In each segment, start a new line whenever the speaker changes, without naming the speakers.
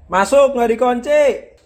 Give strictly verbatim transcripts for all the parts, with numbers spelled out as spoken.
Masuk nggak dikunci.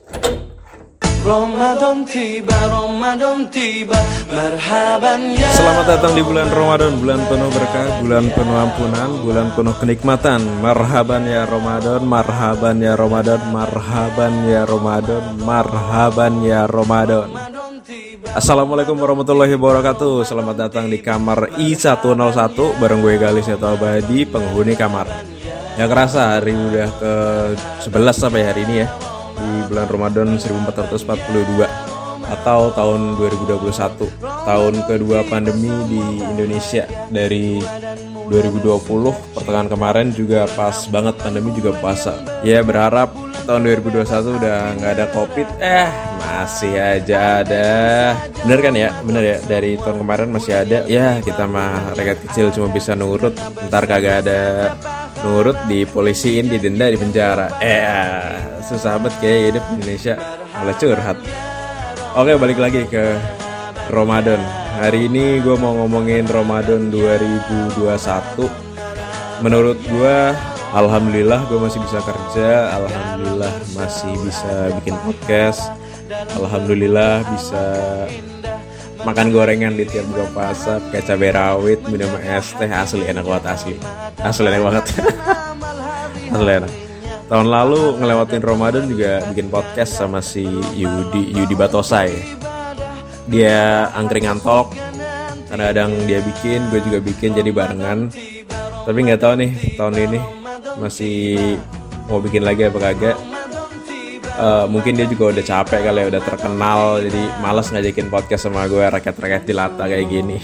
Ramadan tiba, Ramadan tiba, marhaban ya.
Selamat datang di bulan Ramadan, bulan penuh berkah, bulan penuh ampunan, bulan penuh kenikmatan. Marhaban ya Ramadan, marhaban ya Ramadan, marhaban ya Ramadan, marhaban ya Ramadan. Assalamualaikum warahmatullahi wabarakatuh. Selamat datang di kamar I seratus satu bareng gue Galis Neto Abadi, penghuni kamar. Gak kerasa hari udah ke sebelas sampai hari ini ya, di bulan Ramadan seribu empat ratus empat puluh dua atau tahun dua ribu dua puluh satu, tahun kedua pandemi di Indonesia. Dari dua ribu dua puluh pertengahan kemarin juga pas banget pandemi juga puasa. Ya berharap tahun dua ribu dua puluh satu udah nggak ada covid, eh masih aja ada. Bener kan ya, bener ya, dari tahun kemarin masih ada. Ya kita mah rakyat kecil cuma bisa nurut, ntar kagak ada nurut dipolisiin, didenda, di penjara. Eh susah banget kayak hidup di Indonesia, malah curhat. Oke, balik lagi ke Ramadan. Hari ini gue mau ngomongin Ramadan dua ribu dua puluh satu. Menurut gue, alhamdulillah gue masih bisa kerja, alhamdulillah masih bisa bikin podcast, alhamdulillah bisa makan gorengan di tiap buka puasa, pakai cabai rawit, minum es teh, asli enak banget, asli asli enak banget. Asli enak. Tahun lalu ngelewatin Ramadan juga bikin podcast sama si Yudi Yudi Batosai. Dia angkringan talk, kadang-kadang dia bikin, gue juga bikin, jadi barengan. Tapi nggak tahu nih tahun ini masih mau bikin lagi apa kagak. Uh, mungkin dia juga udah capek kali ya, udah terkenal, jadi malas ngajakin podcast sama gue rakyat-rakyat jelata kayak gini.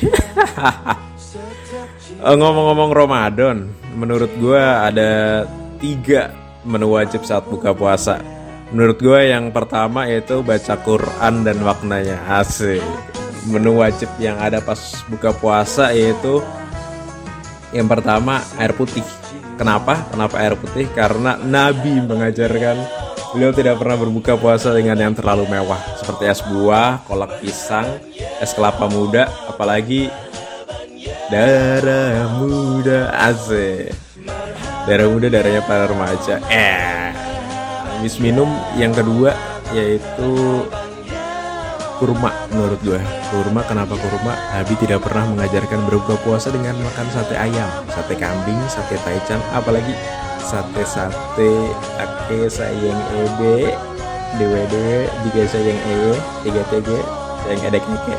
uh, Ngomong-ngomong Ramadan, menurut gue ada tiga menu wajib saat buka puasa. Menurut gue yang pertama yaitu baca Quran dan maknanya. Asik. Menu wajib yang ada pas buka puasa yaitu yang pertama air putih. Kenapa? Kenapa air putih? Karena Nabi mengajarkan beliau tidak pernah berbuka puasa dengan yang terlalu mewah, seperti es buah, kolak pisang, es kelapa muda, apalagi darah muda. Asik. Darah muda, darahnya para remaja. Eh, habis minum yang kedua yaitu kurma. Menurut gue kurma, kenapa kurma? Nabi tidak pernah mengajarkan berbuka puasa dengan makan sate ayam, sate kambing, sate taichan, apalagi sate-sate ake sayang ebe, dewe-dewe, tiga sayang ewe, tiga tege, sayang edek-eke.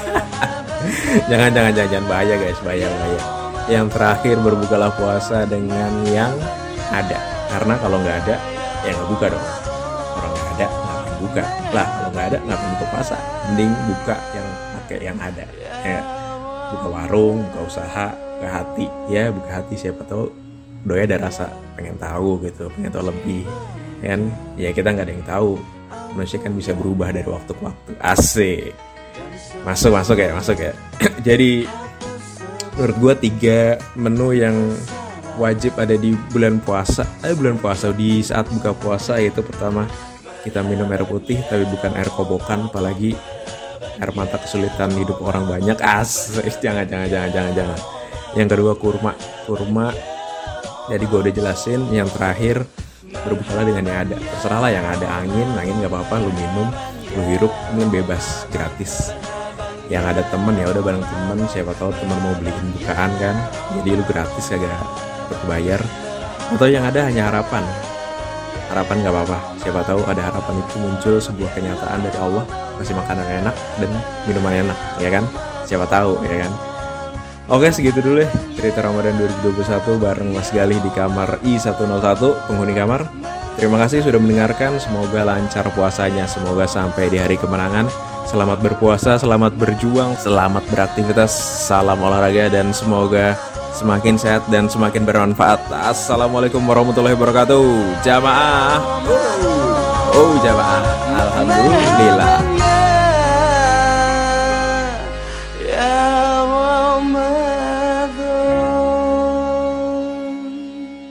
Jangan, jangan, jangan, jangan, bahaya guys, bahaya, bahaya. Yang terakhir, berbukalah puasa dengan yang ada. Karena kalau nggak ada, ya nggak buka dong. Orang nggak ada, ngapain buka? Lah, kalau nggak ada, ngapain buka puasa? Mending buka yang pakai yang ada. Ya, buka warung, buka usaha, buka hati. Ya, buka hati, siapa tahu doi ada rasa pengen tahu gitu, pengen tahu lebih. Kan? Ya kita nggak ada yang tahu. Manusia kan bisa berubah dari waktu ke waktu. Asik. Masuk, masuk ya, masuk ya. Jadi menurut gue tiga menu yang wajib ada di bulan puasa, eh bulan puasa di saat buka puasa yaitu pertama kita minum air putih tapi bukan air kobokan, apalagi air mata kesulitan hidup orang banyak. As, jangan jangan jangan jangan jangan. Yang kedua kurma, kurma. Jadi gue udah jelasin. Yang terakhir berbukalah dengan yang ada. Terserah lah yang ada, angin, angin nggak apa-apa, lu minum, lu hirup, minum bebas, gratis. Yang ada temen ya udah bareng temen, siapa tahu temen mau beliin bukaan kan, jadi lu gratis kagak berbayar. Atau yang ada hanya harapan, harapan nggak apa-apa, siapa tahu ada harapan itu muncul sebuah kenyataan dari Allah, kasih makanan enak dan minuman enak, ya kan, siapa tahu, ya kan. Oke, segitu dulu ya cerita Ramadan dua ribu dua puluh satu bareng Mas Galih di kamar I seratus satu, penghuni kamar. Terima kasih sudah mendengarkan, semoga lancar puasanya, semoga sampai di hari kemenangan. Selamat berpuasa, selamat berjuang, selamat beraktivitas, salam olahraga, dan semoga semakin sehat dan semakin bermanfaat. Assalamualaikum warahmatullahi wabarakatuh. Jamaah. Oh, jamaah. Alhamdulillah.